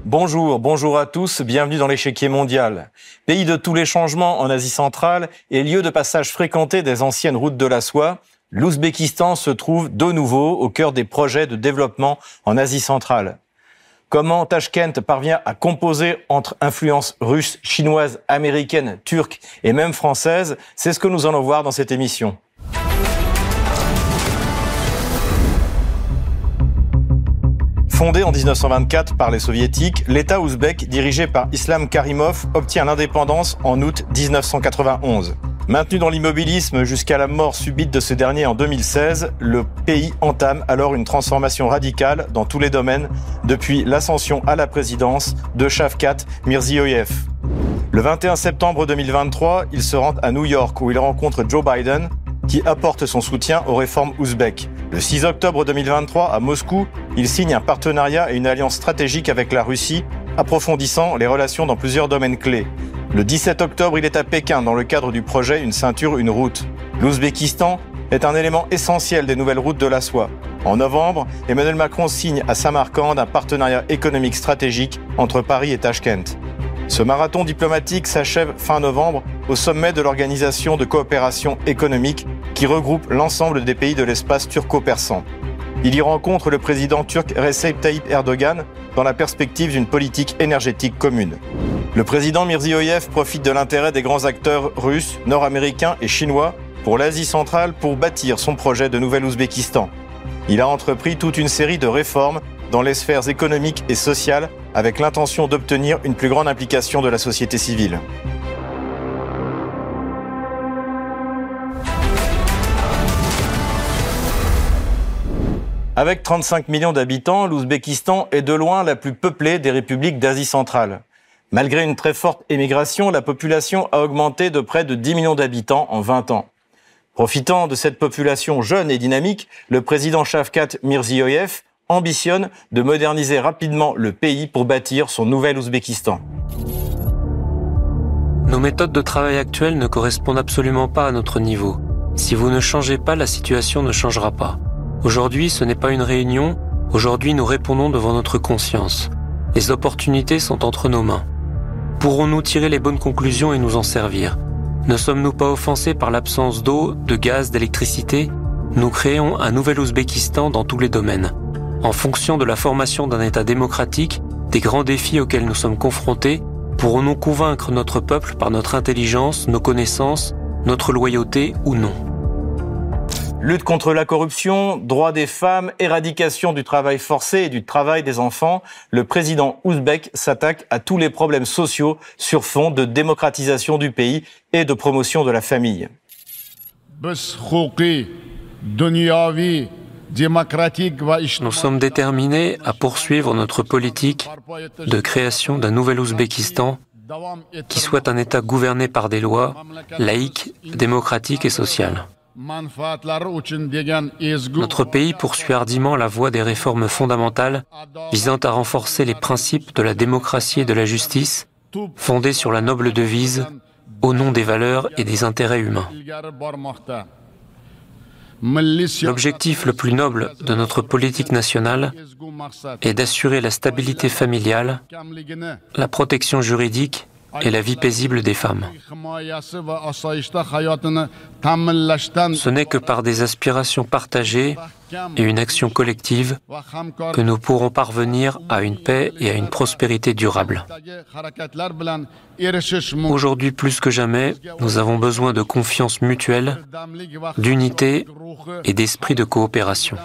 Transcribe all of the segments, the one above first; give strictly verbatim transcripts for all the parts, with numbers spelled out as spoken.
Bonjour, bonjour à tous, bienvenue dans l'échiquier mondial. Pays de tous les changements en Asie centrale et lieu de passage fréquenté des anciennes routes de la soie, l'Ouzbékistan se trouve de nouveau au cœur des projets de développement en Asie centrale. Comment Tachkent parvient à composer entre influences russes, chinoises, américaines, turques et même françaises, c'est ce que nous allons voir dans cette émission. Fondé en dix-neuf cent vingt-quatre par les soviétiques, l'État ouzbek, dirigé par Islam Karimov, obtient l'indépendance en août dix-neuf cent quatre-vingt-onze. Maintenu dans l'immobilisme jusqu'à la mort subite de ce dernier en deux mille seize, le pays entame alors une transformation radicale dans tous les domaines depuis l'ascension à la présidence de Shavkat Mirziyoyev. Le vingt et un septembre deux mille vingt-trois, il se rend à New York où il rencontre Joe Biden, qui apporte son soutien aux réformes ouzbèques. Le six octobre deux mille vingt-trois, à Moscou, il signe un partenariat et une alliance stratégique avec la Russie, approfondissant les relations dans plusieurs domaines clés. Le dix-sept octobre, il est à Pékin dans le cadre du projet Une ceinture, une route. L'Ouzbékistan est un élément essentiel des nouvelles routes de la soie. En novembre, Emmanuel Macron signe à Samarcande un partenariat économique stratégique entre Paris et Tachkent. Ce marathon diplomatique s'achève fin novembre au sommet de l'Organisation de coopération économique qui regroupe l'ensemble des pays de l'espace turco-persan. Il y rencontre le président turc Recep Tayyip Erdogan dans la perspective d'une politique énergétique commune. Le président Mirziyoyev profite de l'intérêt des grands acteurs russes, nord-américains et chinois pour l'Asie centrale pour bâtir son projet de nouvel Ouzbékistan. Il a entrepris toute une série de réformes dans les sphères économiques et sociales avec l'intention d'obtenir une plus grande implication de la société civile. Avec trente-cinq millions d'habitants, l'Ouzbékistan est de loin la plus peuplée des républiques d'Asie centrale. Malgré une très forte émigration, la population a augmenté de près de dix millions d'habitants en vingt ans. Profitant de cette population jeune et dynamique, le président Shavkat Mirziyoyev ambitionne de moderniser rapidement le pays pour bâtir son nouvel Ouzbékistan. Nos méthodes de travail actuelles ne correspondent absolument pas à notre niveau. Si vous ne changez pas, la situation ne changera pas. Aujourd'hui, ce n'est pas une réunion. Aujourd'hui, nous répondons devant notre conscience. Les opportunités sont entre nos mains. Pourrons-nous tirer les bonnes conclusions et nous en servir ? Ne sommes-nous pas offensés par l'absence d'eau, de gaz, d'électricité ? Nous créons un nouvel Ouzbékistan dans tous les domaines. En fonction de la formation d'un État démocratique, des grands défis auxquels nous sommes confrontés, pourrons-nous convaincre notre peuple par notre intelligence, nos connaissances, notre loyauté ou non ? Lutte contre la corruption, droits des femmes, éradication du travail forcé et du travail des enfants, le président ouzbek s'attaque à tous les problèmes sociaux sur fond de démocratisation du pays et de promotion de la famille. Nous sommes déterminés à poursuivre notre politique de création d'un nouvel Ouzbékistan qui soit un État gouverné par des lois, laïques, démocratiques et sociales. Notre pays poursuit hardiment la voie des réformes fondamentales visant à renforcer les principes de la démocratie et de la justice, fondés sur la noble devise « Au nom des valeurs et des intérêts humains ». L'objectif le plus noble de notre politique nationale est d'assurer la stabilité familiale, la protection juridique et la vie paisible des femmes. Ce n'est que par des aspirations partagées et une action collective que nous pourrons parvenir à une paix et à une prospérité durable. Aujourd'hui plus que jamais, nous avons besoin de confiance mutuelle, d'unité et d'esprit de coopération.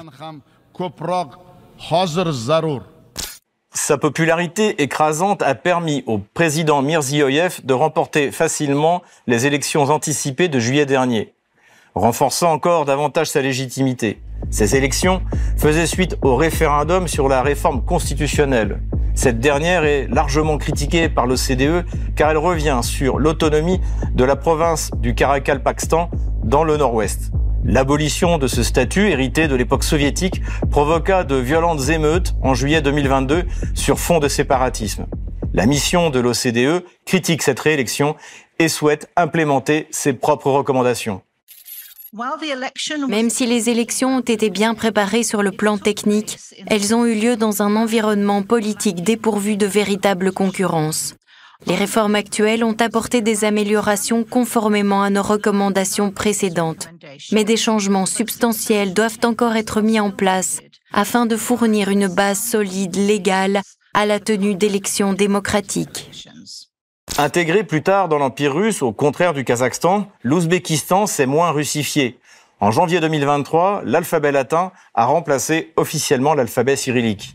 Sa popularité écrasante a permis au président Mirziyoyev de remporter facilement les élections anticipées de juillet dernier, renforçant encore davantage sa légitimité. Ces élections faisaient suite au référendum sur la réforme constitutionnelle. Cette dernière est largement critiquée par l'O C D E car elle revient sur l'autonomie de la province du Karakalpakstan dans le nord-ouest. L'abolition de ce statut, hérité de l'époque soviétique, provoqua de violentes émeutes en juillet deux mille vingt-deux sur fond de séparatisme. La mission de l'O C D E critique cette réélection et souhaite implémenter ses propres recommandations. Même si les élections ont été bien préparées sur le plan technique, elles ont eu lieu dans un environnement politique dépourvu de véritable concurrence. Les réformes actuelles ont apporté des améliorations conformément à nos recommandations précédentes, mais des changements substantiels doivent encore être mis en place afin de fournir une base solide, légale, à la tenue d'élections démocratiques. Intégré plus tard dans l'Empire russe, au contraire du Kazakhstan, l'Ouzbékistan s'est moins russifié. En janvier deux mille vingt-trois, l'alphabet latin a remplacé officiellement l'alphabet cyrillique.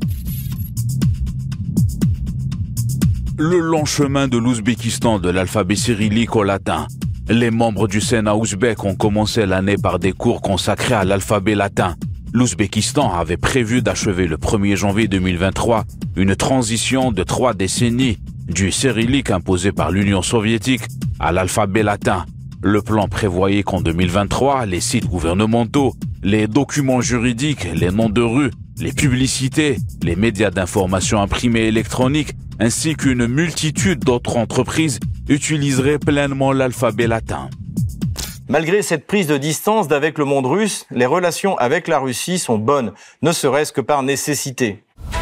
Le long chemin de l'Ouzbékistan de l'alphabet cyrillique au latin. Les membres du Sénat ouzbek ont commencé l'année par des cours consacrés à l'alphabet latin. L'Ouzbékistan avait prévu d'achever le premier janvier deux mille vingt-trois une transition de trois décennies du cyrillique imposé par l'Union soviétique à l'alphabet latin. Le plan prévoyait qu'en deux mille vingt-trois, les sites gouvernementaux, les documents juridiques, les noms de rues, les publicités, les médias d'information imprimés électroniques, ainsi qu'une multitude d'autres entreprises utiliseraient pleinement l'alphabet latin. Malgré cette prise de distance d'avec le monde russe, les relations avec la Russie sont bonnes, ne serait-ce que par nécessité.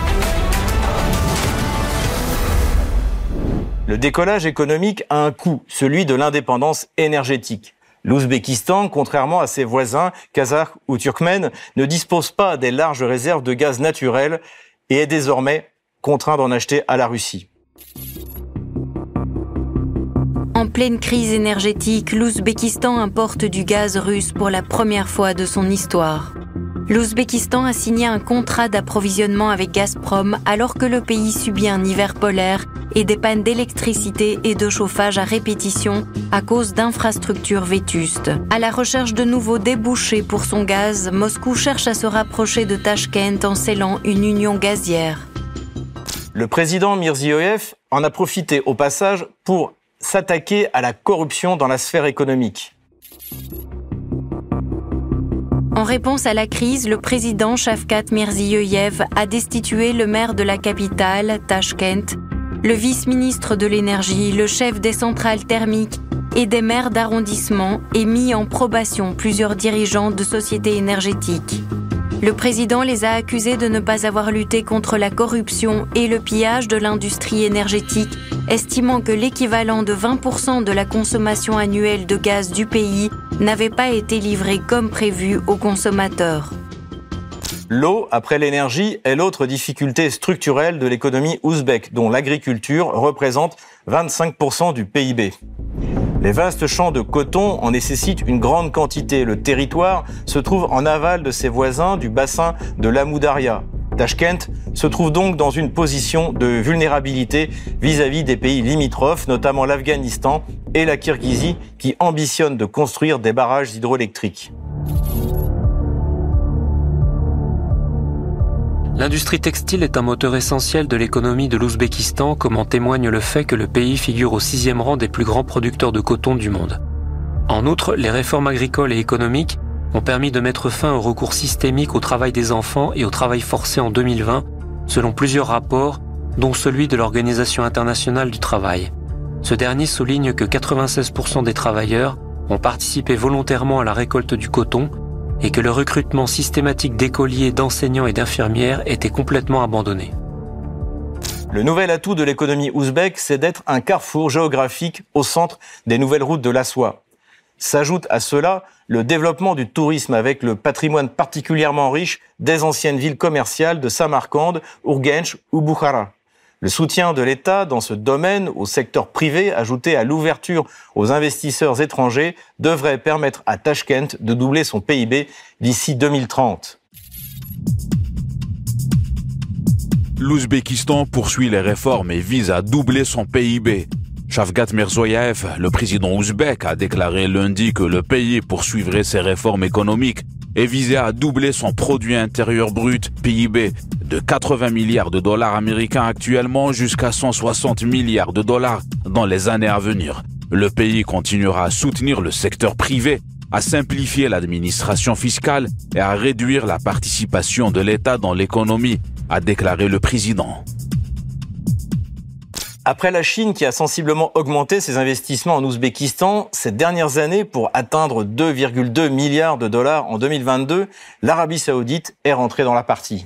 Le décollage économique a un coût, celui de l'indépendance énergétique. L'Ouzbékistan, contrairement à ses voisins, kazakhs ou turkmènes, ne dispose pas des larges réserves de gaz naturel et est désormais contraint d'en acheter à la Russie. En pleine crise énergétique, l'Ouzbékistan importe du gaz russe pour la première fois de son histoire. L'Ouzbékistan a signé un contrat d'approvisionnement avec Gazprom alors que le pays subit un hiver polaire et des pannes d'électricité et de chauffage à répétition à cause d'infrastructures vétustes. À la recherche de nouveaux débouchés pour son gaz, Moscou cherche à se rapprocher de Tachkent en scellant une union gazière. Le président Mirziyoyev en a profité au passage pour s'attaquer à la corruption dans la sphère économique. En réponse à la crise, le président Shavkat Mirziyoyev a destitué le maire de la capitale, Tachkent, le vice-ministre de l'énergie, le chef des centrales thermiques et des maires d'arrondissement et mis en probation plusieurs dirigeants de sociétés énergétiques. Le président les a accusés de ne pas avoir lutté contre la corruption et le pillage de l'industrie énergétique, estimant que l'équivalent de vingt pour cent de la consommation annuelle de gaz du pays n'avait pas été livré comme prévu aux consommateurs. L'eau, après l'énergie, est l'autre difficulté structurelle de l'économie ouzbèque, dont l'agriculture représente vingt-cinq pour cent du P I B. Les vastes champs de coton en nécessitent une grande quantité. Le territoire se trouve en aval de ses voisins du bassin de l'Amou Daria. Tachkent se trouve donc dans une position de vulnérabilité vis-à-vis des pays limitrophes, notamment l'Afghanistan et la Kirghizie, qui ambitionnent de construire des barrages hydroélectriques. L'industrie textile est un moteur essentiel de l'économie de l'Ouzbékistan, comme en témoigne le fait que le pays figure au sixième rang des plus grands producteurs de coton du monde. En outre, les réformes agricoles et économiques ont permis de mettre fin au recours systémique au travail des enfants et au travail forcé en deux mille vingt, selon plusieurs rapports, dont celui de l'Organisation internationale du travail. Ce dernier souligne que quatre-vingt-seize pour cent des travailleurs ont participé volontairement à la récolte du coton et que le recrutement systématique d'écoliers, d'enseignants et d'infirmières était complètement abandonné. Le nouvel atout de l'économie ouzbèque, c'est d'être un carrefour géographique au centre des nouvelles routes de la soie. S'ajoute à cela le développement du tourisme avec le patrimoine particulièrement riche des anciennes villes commerciales de Samarcande, Urgench ou Bukhara. Le soutien de l'État dans ce domaine au secteur privé, ajouté à l'ouverture aux investisseurs étrangers, devrait permettre à Tachkent de doubler son P I B d'ici deux mille trente. L'Ouzbékistan poursuit les réformes et vise à doubler son P I B. Shavkat Mirziyoyev, le président ouzbek, a déclaré lundi que le pays poursuivrait ses réformes économiques et visait à doubler son produit intérieur brut, P I B, de quatre-vingts milliards de dollars américains actuellement jusqu'à cent soixante milliards de dollars dans les années à venir. Le pays continuera à soutenir le secteur privé, à simplifier l'administration fiscale et à réduire la participation de l'État dans l'économie, a déclaré le président. Après la Chine qui a sensiblement augmenté ses investissements en Ouzbékistan ces dernières années pour atteindre deux virgule deux milliards de dollars en deux mille vingt-deux, l'Arabie Saoudite est rentrée dans la partie.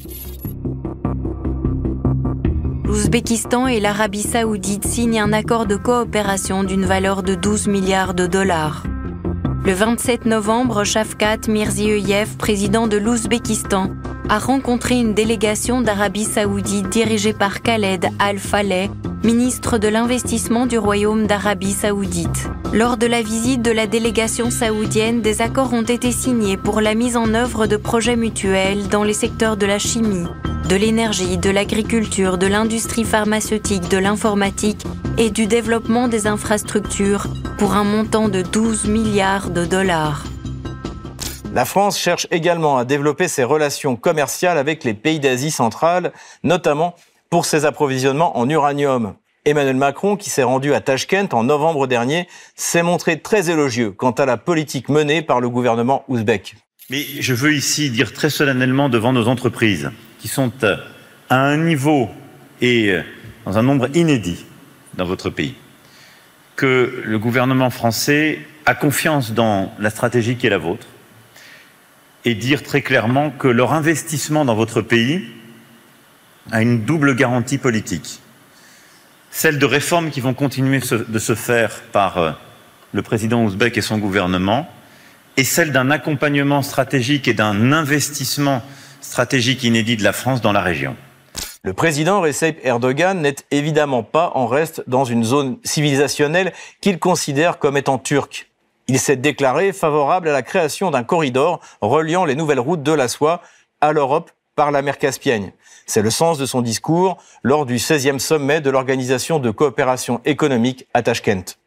L'Ouzbékistan et l'Arabie Saoudite signent un accord de coopération d'une valeur de douze milliards de dollars. Le vingt-sept novembre, Shavkat Mirziyoyev, président de l'Ouzbékistan, a rencontré une délégation d'Arabie Saoudite dirigée par Khaled Al-Faleh, ministre de l'Investissement du Royaume d'Arabie Saoudite. Lors de la visite de la délégation saoudienne, des accords ont été signés pour la mise en œuvre de projets mutuels dans les secteurs de la chimie, de l'énergie, de l'agriculture, de l'industrie pharmaceutique, de l'informatique et du développement des infrastructures pour un montant de douze milliards de dollars. La France cherche également à développer ses relations commerciales avec les pays d'Asie centrale, notamment pour ses approvisionnements en uranium. Emmanuel Macron, qui s'est rendu à Tachkent en novembre dernier, s'est montré très élogieux quant à la politique menée par le gouvernement ouzbek. Mais je veux ici dire très solennellement devant nos entreprises, qui sont à un niveau et dans un nombre inédit dans votre pays, que le gouvernement français a confiance dans la stratégie qui est la vôtre et dire très clairement que leur investissement dans votre pays a une double garantie politique. Celle de réformes qui vont continuer de se faire par le président ouzbek et son gouvernement, et celle d'un accompagnement stratégique et d'un investissement stratégique inédit de la France dans la région. Le président Recep Erdogan n'est évidemment pas en reste dans une zone civilisationnelle qu'il considère comme étant turque. Il s'est déclaré favorable à la création d'un corridor reliant les nouvelles routes de la soie à l'Europe par la mer Caspienne. C'est le sens de son discours lors du seizième sommet de l'Organisation de coopération économique à Tachkent.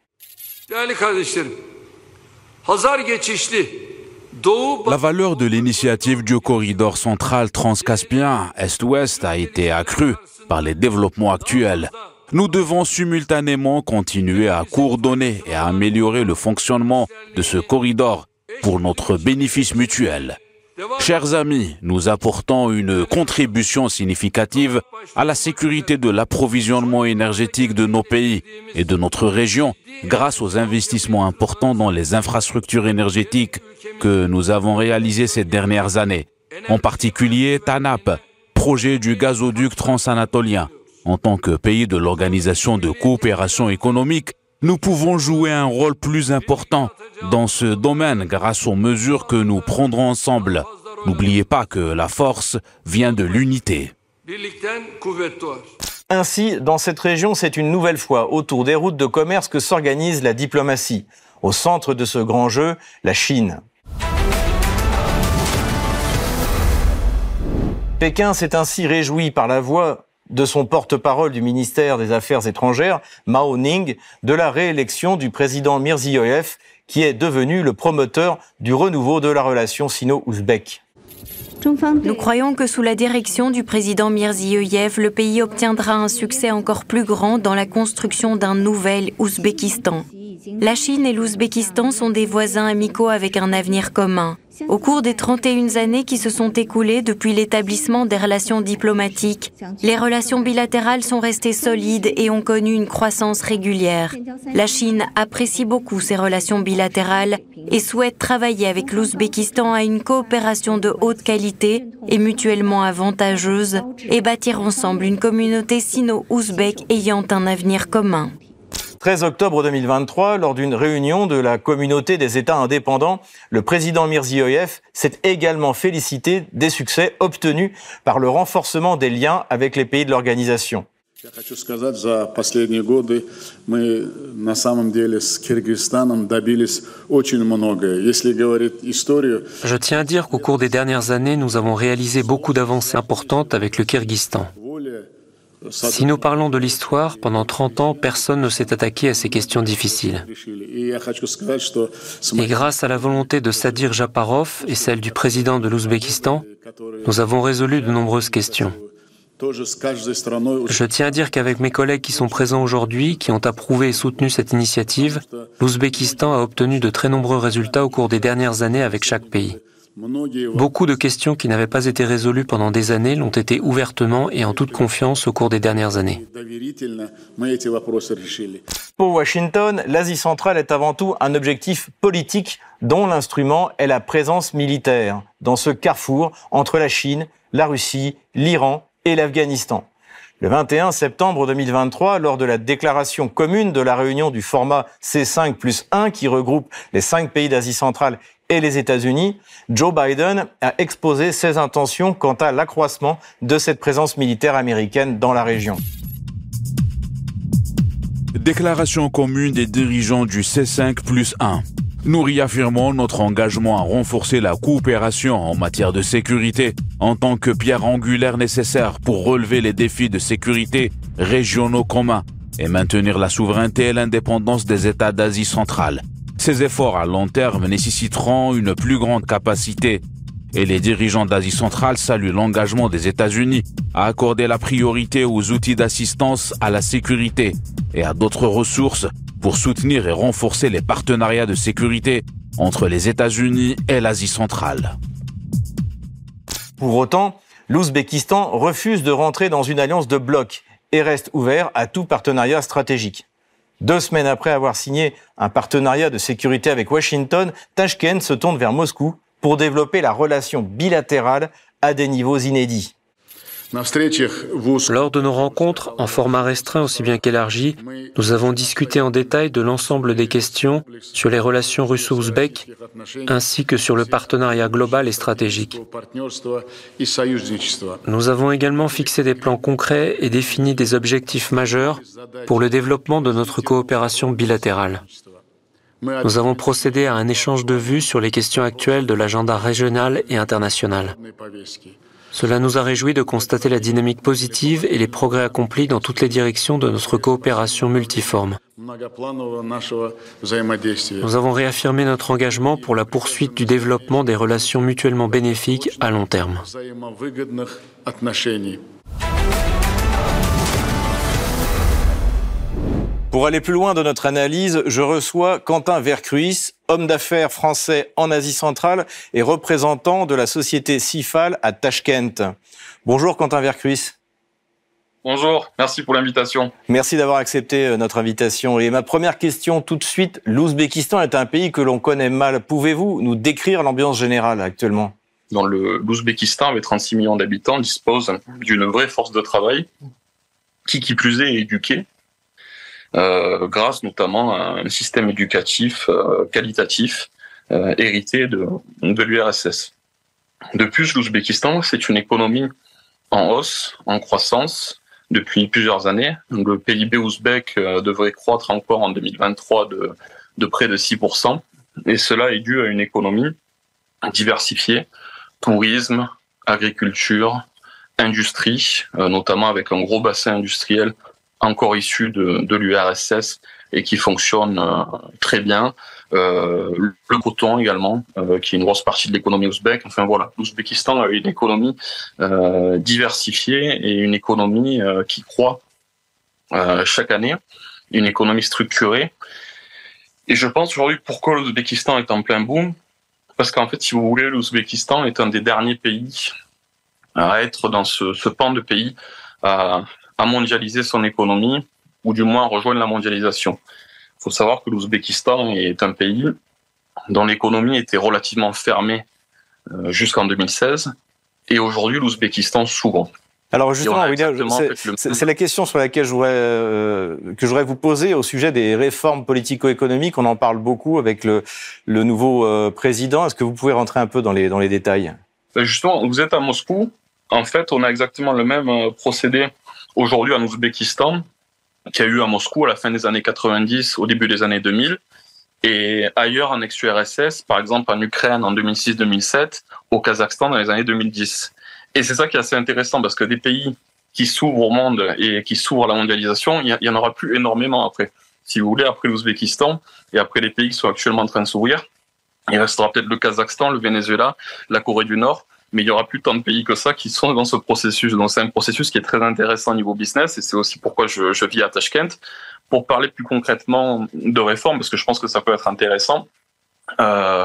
La valeur de l'initiative du corridor central transcaspien Est-Ouest a été accrue par les développements actuels. Nous devons simultanément continuer à coordonner et à améliorer le fonctionnement de ce corridor pour notre bénéfice mutuel. Chers amis, nous apportons une contribution significative à la sécurité de l'approvisionnement énergétique de nos pays et de notre région grâce aux investissements importants dans les infrastructures énergétiques que nous avons réalisés ces dernières années. En particulier TANAP, projet du gazoduc transanatolien. En tant que pays de l'Organisation de coopération économique, nous pouvons jouer un rôle plus important dans ce domaine grâce aux mesures que nous prendrons ensemble. N'oubliez pas que la force vient de l'unité. Ainsi, dans cette région, c'est une nouvelle fois autour des routes de commerce que s'organise la diplomatie. Au centre de ce grand jeu, la Chine. Pékin s'est ainsi réjoui par la voix de son porte-parole du ministère des Affaires étrangères, Mao Ning, de la réélection du président Mirziyoyev, qui est devenu le promoteur du renouveau de la relation sino-ouzbèque. Nous croyons que sous la direction du président Mirziyoyev, le pays obtiendra un succès encore plus grand dans la construction d'un nouvel Ouzbékistan. La Chine et l'Ouzbékistan sont des voisins amicaux avec un avenir commun. Au cours des trente et une années qui se sont écoulées depuis l'établissement des relations diplomatiques, les relations bilatérales sont restées solides et ont connu une croissance régulière. La Chine apprécie beaucoup ces relations bilatérales et souhaite travailler avec l'Ouzbékistan à une coopération de haute qualité et mutuellement avantageuse et bâtir ensemble une communauté sino-ouzbèque ayant un avenir commun. treize octobre deux mille vingt-trois, lors d'une réunion de la communauté des États indépendants, le président Mirziyoyev s'est également félicité des succès obtenus par le renforcement des liens avec les pays de l'organisation. Je tiens à dire qu'au cours des dernières années, nous avons réalisé beaucoup d'avancées importantes avec le Kirghizstan. Si nous parlons de l'histoire, pendant trente ans, personne ne s'est attaqué à ces questions difficiles. Et grâce à la volonté de Sadir Japarov et celle du président de l'Ouzbékistan, nous avons résolu de nombreuses questions. Je tiens à dire qu'avec mes collègues qui sont présents aujourd'hui, qui ont approuvé et soutenu cette initiative, l'Ouzbékistan a obtenu de très nombreux résultats au cours des dernières années avec chaque pays. Beaucoup de questions qui n'avaient pas été résolues pendant des années l'ont été ouvertement et en toute confiance au cours des dernières années. Pour Washington, l'Asie centrale est avant tout un objectif politique dont l'instrument est la présence militaire dans ce carrefour entre la Chine, la Russie, l'Iran et l'Afghanistan. Le vingt et un septembre deux mille vingt-trois, lors de la déclaration commune de la réunion du format C cinq plus un qui regroupe les cinq pays d'Asie centrale et les États-Unis, Joe Biden a exposé ses intentions quant à l'accroissement de cette présence militaire américaine dans la région. Déclaration commune des dirigeants du C cinq plus un. Nous réaffirmons notre engagement à renforcer la coopération en matière de sécurité en tant que pierre angulaire nécessaire pour relever les défis de sécurité régionaux communs et maintenir la souveraineté et l'indépendance des États d'Asie centrale. Ces efforts à long terme nécessiteront une plus grande capacité et les dirigeants d'Asie centrale saluent l'engagement des États-Unis à accorder la priorité aux outils d'assistance à la sécurité et à d'autres ressources pour soutenir et renforcer les partenariats de sécurité entre les États-Unis et l'Asie centrale. Pour autant, l'Ouzbékistan refuse de rentrer dans une alliance de blocs et reste ouvert à tout partenariat stratégique. Deux semaines après avoir signé un partenariat de sécurité avec Washington, Tachkent se tourne vers Moscou pour développer la relation bilatérale à des niveaux inédits. Lors de nos rencontres, en format restreint aussi bien qu'élargi, nous avons discuté en détail de l'ensemble des questions sur les relations russo-ouzbèques, ainsi que sur le partenariat global et stratégique. Nous avons également fixé des plans concrets et défini des objectifs majeurs pour le développement de notre coopération bilatérale. Nous avons procédé à un échange de vues sur les questions actuelles de l'agenda régional et international. Cela nous a réjouis de constater la dynamique positive et les progrès accomplis dans toutes les directions de notre coopération multiforme. Nous avons réaffirmé notre engagement pour la poursuite du développement des relations mutuellement bénéfiques à long terme. Pour aller plus loin de notre analyse, je reçois Quentin Vercruis, homme d'affaires français en Asie centrale et représentant de la société Cifal à Tachkent. Bonjour Quentin Vercruis. Bonjour, merci pour l'invitation. Merci d'avoir accepté notre invitation. Et ma première question tout de suite, l'Ouzbékistan est un pays que l'on connaît mal. Pouvez-vous nous décrire l'ambiance générale actuellement ? Dans le, l'Ouzbékistan, avec trente-six millions d'habitants, dispose d'une vraie force de travail, qui qui plus est éduquée. Euh, grâce notamment à un système éducatif euh, qualitatif euh, hérité de, de l'U R S S. De plus, l'Ouzbékistan, c'est une économie en hausse, en croissance depuis plusieurs années. Le P I B ouzbek euh, devrait croître encore en deux mille vingt-trois de, de près de six pour cent, et cela est dû à une économie diversifiée, tourisme, agriculture, industrie, euh, notamment avec un gros bassin industriel encore issu de, de l'U R S S et qui fonctionne euh, très bien. Euh, le coton également, euh, qui est une grosse partie de l'économie ouzbèque. Enfin voilà, l'Ouzbékistan a une économie euh, diversifiée et une économie euh, qui croît euh, chaque année, une économie structurée. Et je pense aujourd'hui pourquoi l'Ouzbékistan est en plein boom, parce qu'en fait, si vous voulez, l'Ouzbékistan est un des derniers pays à être dans ce, ce pan de pays à à mondialiser son économie, ou du moins rejoindre la mondialisation. Il faut savoir que l'Ouzbékistan est un pays dont l'économie était relativement fermée jusqu'en deux mille seize, et aujourd'hui l'Ouzbékistan s'ouvre. Alors justement, William, c'est, c'est, c'est la question sur laquelle je voudrais, euh, que je voudrais vous poser au sujet des réformes politico-économiques. On en parle beaucoup avec le, le nouveau euh, président. Est-ce que vous pouvez rentrer un peu dans les, dans les détails ? Justement, vous êtes à Moscou. En fait, on a exactement le même procédé aujourd'hui en Ouzbékistan, qu'il y a eu à Moscou à la fin des années quatre-vingt-dix, au début des années deux mille, et ailleurs en ex-U R S S, par exemple en Ukraine en deux mille six deux mille sept, au Kazakhstan dans les années deux mille dix. Et c'est ça qui est assez intéressant, parce que des pays qui s'ouvrent au monde et qui s'ouvrent à la mondialisation, il y en aura plus énormément après. Si vous voulez, après l'Ouzbékistan et après les pays qui sont actuellement en train de s'ouvrir, il restera peut-être le Kazakhstan, le Venezuela, la Corée du Nord, mais il n'y aura plus tant de pays que ça qui sont dans ce processus. Donc c'est un processus qui est très intéressant au niveau business, et c'est aussi pourquoi je, je vis à Tachkent. Pour parler plus concrètement de réformes, parce que je pense que ça peut être intéressant, euh,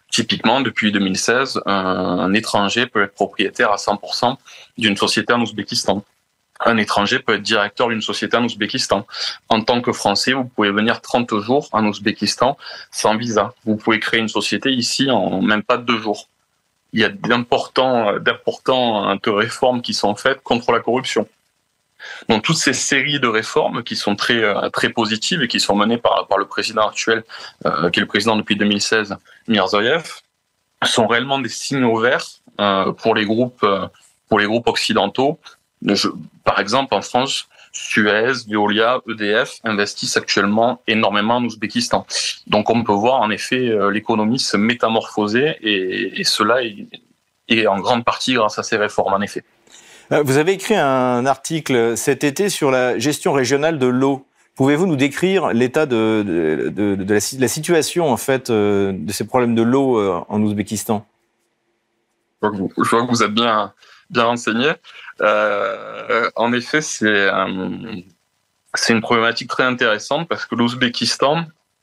Typiquement, depuis deux mille seize, un, un étranger peut être propriétaire à cent pour cent d'une société en Ouzbékistan. Un étranger peut être directeur d'une société en Ouzbékistan. En tant que Français, vous pouvez venir trente jours en Ouzbékistan sans visa. Vous pouvez créer une société ici en même pas deux jours. Il y a d'importants, d'importantes réformes qui sont faites contre la corruption. Donc toutes ces séries de réformes qui sont très très positives et qui sont menées par par le président actuel, euh, qui est le président depuis deux mille seize, Mirziyoyev, sont réellement des signaux verts euh, pour les groupes euh, pour les groupes occidentaux. Je, par exemple, en France, Suez, Veolia, E D F investissent actuellement énormément en Ouzbékistan. Donc on peut voir en effet euh, l'économie se métamorphoser et, et cela est, est en grande partie grâce à ces réformes en effet. Vous avez écrit un article cet été sur la gestion régionale de l'eau. Pouvez-vous nous décrire l'état de, de, de, de, la, de la situation en fait de ces problèmes de l'eau en Ouzbékistan ? Je vois que vous, je vois que vous êtes bien bien renseigné. Euh, en effet, c'est euh, c'est une problématique très intéressante parce que l'Ouzbékistan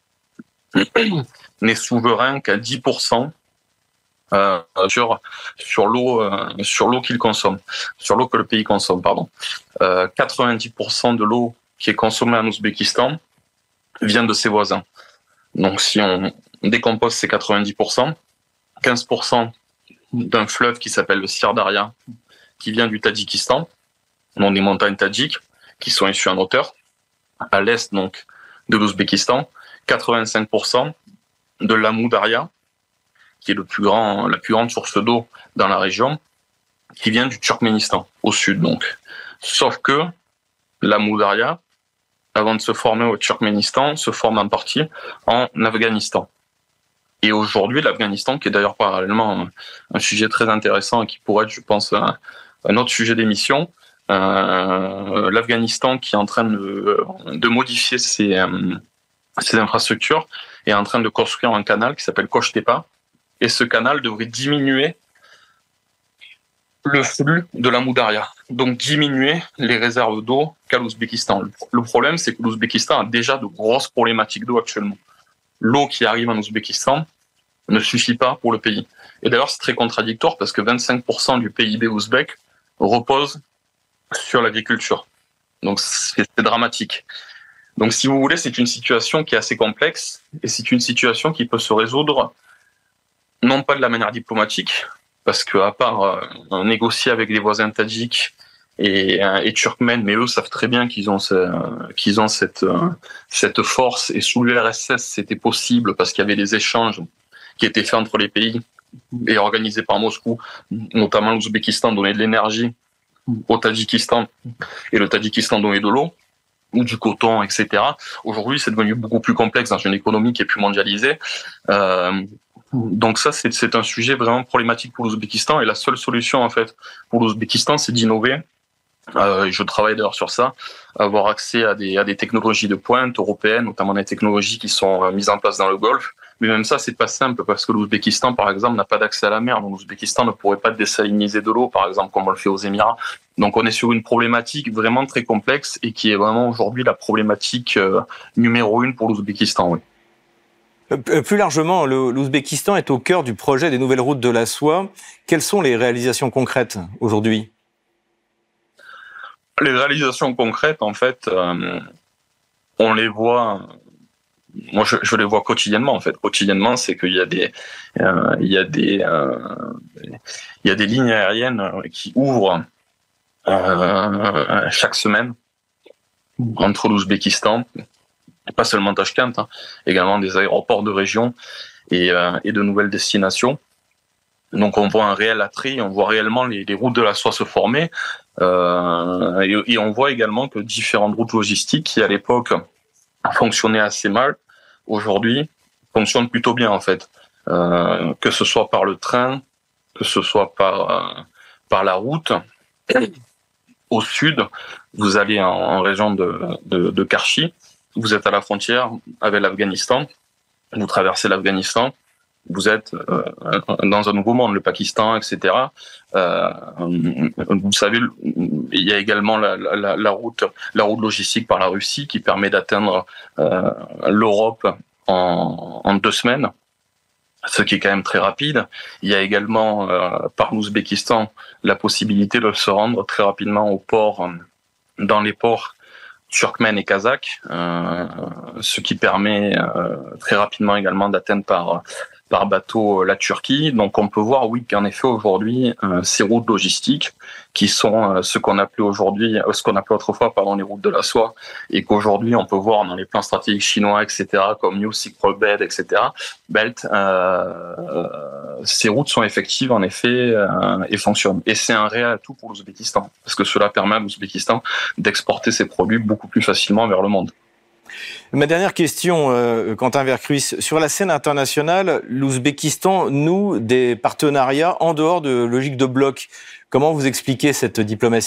n'est souverain qu'à dix pour cent euh, sur sur l'eau euh, sur l'eau qu'il consomme, sur l'eau que le pays consomme, pardon. Euh, quatre-vingt-dix pour cent de l'eau qui est consommée en Ouzbékistan vient de ses voisins. Donc, si on décompose ces quatre-vingt-dix pour cent, quinze pour cent d'un fleuve qui s'appelle le Sirdaria, qui vient du Tadjikistan, donc des montagnes tadjiques, qui sont issues en hauteur, à l'est donc de l'Ouzbékistan, quatre-vingt-cinq pour cent de l'Amou Daria, qui est le plus grand, la plus grande source d'eau dans la région, qui vient du Turkménistan, au sud donc. Sauf que l'Amou Daria, avant de se former au Turkménistan, se forme en partie en Afghanistan. Et aujourd'hui, l'Afghanistan, qui est d'ailleurs parallèlement un sujet très intéressant et qui pourrait être, je pense, un, un autre sujet d'émission, euh, l'Afghanistan qui est en train de, de modifier ses, euh, ses infrastructures est en train de construire un canal qui s'appelle Koch Tepa. Et ce canal devrait diminuer le flux de l'Amou Daria, donc diminuer les réserves d'eau qu'a l'Ouzbékistan. Le problème, c'est que l'Ouzbékistan a déjà de grosses problématiques d'eau actuellement. L'eau qui arrive en Ouzbékistan ne suffit pas pour le pays. Et d'ailleurs, c'est très contradictoire parce que vingt-cinq pour cent du P I B ouzbek repose sur l'agriculture. Donc, c'est dramatique. Donc, si vous voulez, c'est une situation qui est assez complexe et c'est une situation qui peut se résoudre non pas de la manière diplomatique, parce que à part euh, négocier avec les voisins tadjiks et, euh, et turkmènes, mais eux savent très bien qu'ils ont, ce, euh, qu'ils ont cette, euh, cette force, et sous l'U R S S, c'était possible parce qu'il y avait des échanges qui étaient faits entre les pays et organisés par Moscou, notamment l'Ouzbékistan donnait de l'énergie au Tadjikistan et le Tadjikistan donnait de l'eau ou du coton, et cetera. Aujourd'hui, c'est devenu beaucoup plus complexe dans une économie qui est plus mondialisée. Euh, donc ça, c'est, c'est un sujet vraiment problématique pour l'Ouzbékistan, et la seule solution en fait pour l'Ouzbékistan, c'est d'innover. Euh, je travaille d'ailleurs sur ça, avoir accès à des, à des technologies de pointe européennes, notamment des technologies qui sont euh, mises en place dans le Golfe. Mais même ça, c'est pas simple parce que l'Ouzbékistan, par exemple, n'a pas d'accès à la mer. Donc l'Ouzbékistan ne pourrait pas désaliniser de l'eau, par exemple, comme on le fait aux Émirats. Donc on est sur une problématique vraiment très complexe et qui est vraiment aujourd'hui la problématique euh, numéro une pour l'Ouzbékistan. Oui. Plus largement, le, l'Ouzbékistan est au cœur du projet des nouvelles routes de la soie. Quelles sont les réalisations concrètes aujourd'hui ? Les réalisations concrètes, en fait, euh, on les voit. Moi, je, je les vois quotidiennement. En fait, quotidiennement, c'est qu'il y a des, euh, il y a des, euh, il y a des lignes aériennes qui ouvrent euh, chaque semaine entre l'Ouzbékistan, pas seulement Tashkent, hein, également des aéroports de région et, euh, et de nouvelles destinations. Donc on voit un réel attrait, on voit réellement les, les routes de la soie se former, euh, et, et on voit également que différentes routes logistiques qui à l'époque fonctionnaient assez mal, aujourd'hui fonctionnent plutôt bien en fait, euh, que ce soit par le train, que ce soit par euh, par la route. Au sud, vous allez en, en région de, de, de Karchi, vous êtes à la frontière avec l'Afghanistan, vous traversez l'Afghanistan. Vous êtes euh, dans un nouveau monde, le Pakistan, et cetera. Euh, vous savez, il y a également la, la, la route, la route logistique par la Russie qui permet d'atteindre euh, l'Europe en, en deux semaines. ce qui est quand même très rapide. Il y a également, euh, par l'Ouzbékistan, la possibilité de se rendre très rapidement au port, dans les ports turkmènes et kazakhs, euh, ce qui permet euh, très rapidement également d'atteindre par par bateau la Turquie. Donc on peut voir, oui, qu'en effet aujourd'hui, euh, ces routes logistiques, qui sont euh, ce qu'on appelait aujourd'hui, euh, ce qu'on appelait autrefois, pardon, les routes de la soie, et qu'aujourd'hui on peut voir dans les plans stratégiques chinois, et cetera, comme New Silk Road Belt, et cetera, Belt, euh, euh, ces routes sont effectives en effet euh, et fonctionnent. Et c'est un réel atout pour l'Ouzbékistan, parce que cela permet à l'Ouzbékistan d'exporter ses produits beaucoup plus facilement vers le monde. Ma dernière question, euh, Quentin Vercruis. Sur la scène internationale, l'Ouzbékistan noue des partenariats en dehors de logique de bloc. Comment vous expliquez cette diplomatie ?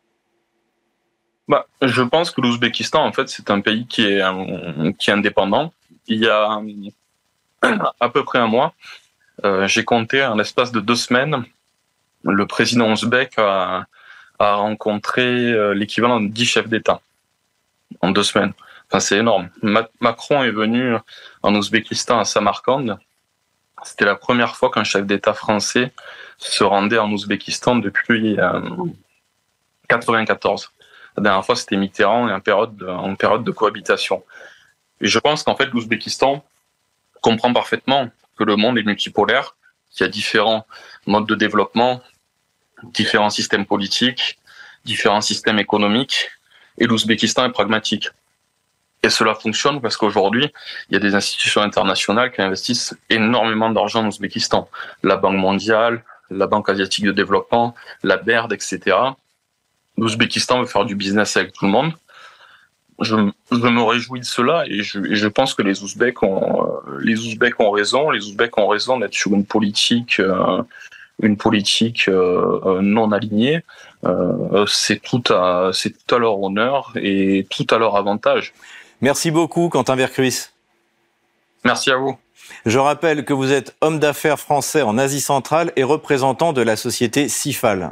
Bah, je pense que l'Ouzbékistan, en fait, c'est un pays qui est, euh, qui est indépendant. Il y a à peu près un mois, euh, j'ai compté en l'espace de deux semaines, le président ouzbek a, a rencontré euh, l'équivalent de dix chefs d'État en deux semaines. Enfin, c'est énorme. Ma- Macron est venu en Ouzbékistan à Samarcande. C'était la première fois qu'un chef d'État français se rendait en Ouzbékistan depuis euh, quatre-vingt-quatorze. La dernière fois, c'était Mitterrand et en période de, en période de cohabitation. Et je pense qu'en fait, l'Ouzbékistan comprend parfaitement que le monde est multipolaire, qu'il y a différents modes de développement, différents systèmes politiques, différents systèmes économiques, et l'Ouzbékistan est pragmatique. Et cela fonctionne parce qu'aujourd'hui, il y a des institutions internationales qui investissent énormément d'argent en Ouzbékistan. La Banque mondiale, la Banque asiatique de développement, la B E R D, et cetera. L'Ouzbékistan veut faire du business avec tout le monde. Je, je me réjouis de cela et je, et je pense que les Ouzbeks ont, euh, les Ouzbeks ont raison. Les Ouzbeks ont raison d'être sur une politique, euh, une politique euh, non alignée. Euh, c'est tout à, c'est tout à leur honneur et tout à leur avantage. Merci beaucoup, Quentin Vercruis. Merci à vous. Je rappelle que vous êtes homme d'affaires français en Asie centrale et représentant de la société Cifal.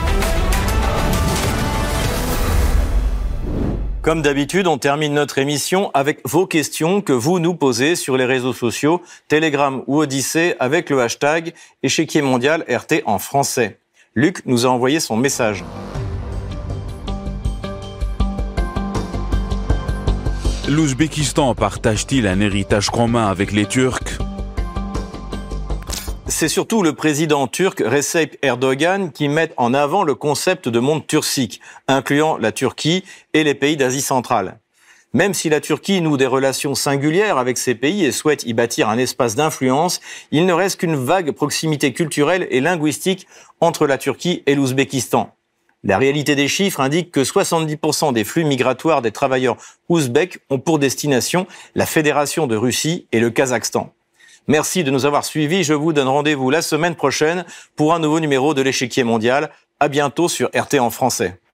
Comme d'habitude, on termine notre émission avec vos questions que vous nous posez sur les réseaux sociaux, Telegram ou Odyssée, avec le hashtag Échiquier mondial R T en français. Luc nous a envoyé son message. L'Ouzbékistan partage-t-il un héritage commun avec les Turcs ? C'est surtout le président turc Recep Erdogan qui met en avant le concept de monde turcique, incluant la Turquie et les pays d'Asie centrale. Même si la Turquie noue des relations singulières avec ces pays et souhaite y bâtir un espace d'influence, il ne reste qu'une vague proximité culturelle et linguistique entre la Turquie et l'Ouzbékistan. La réalité des chiffres indique que soixante-dix pour cent des flux migratoires des travailleurs ouzbeks ont pour destination la Fédération de Russie et le Kazakhstan. Merci de nous avoir suivis. Je vous donne rendez-vous la semaine prochaine pour un nouveau numéro de l'Échiquier mondial. À bientôt sur R T en français.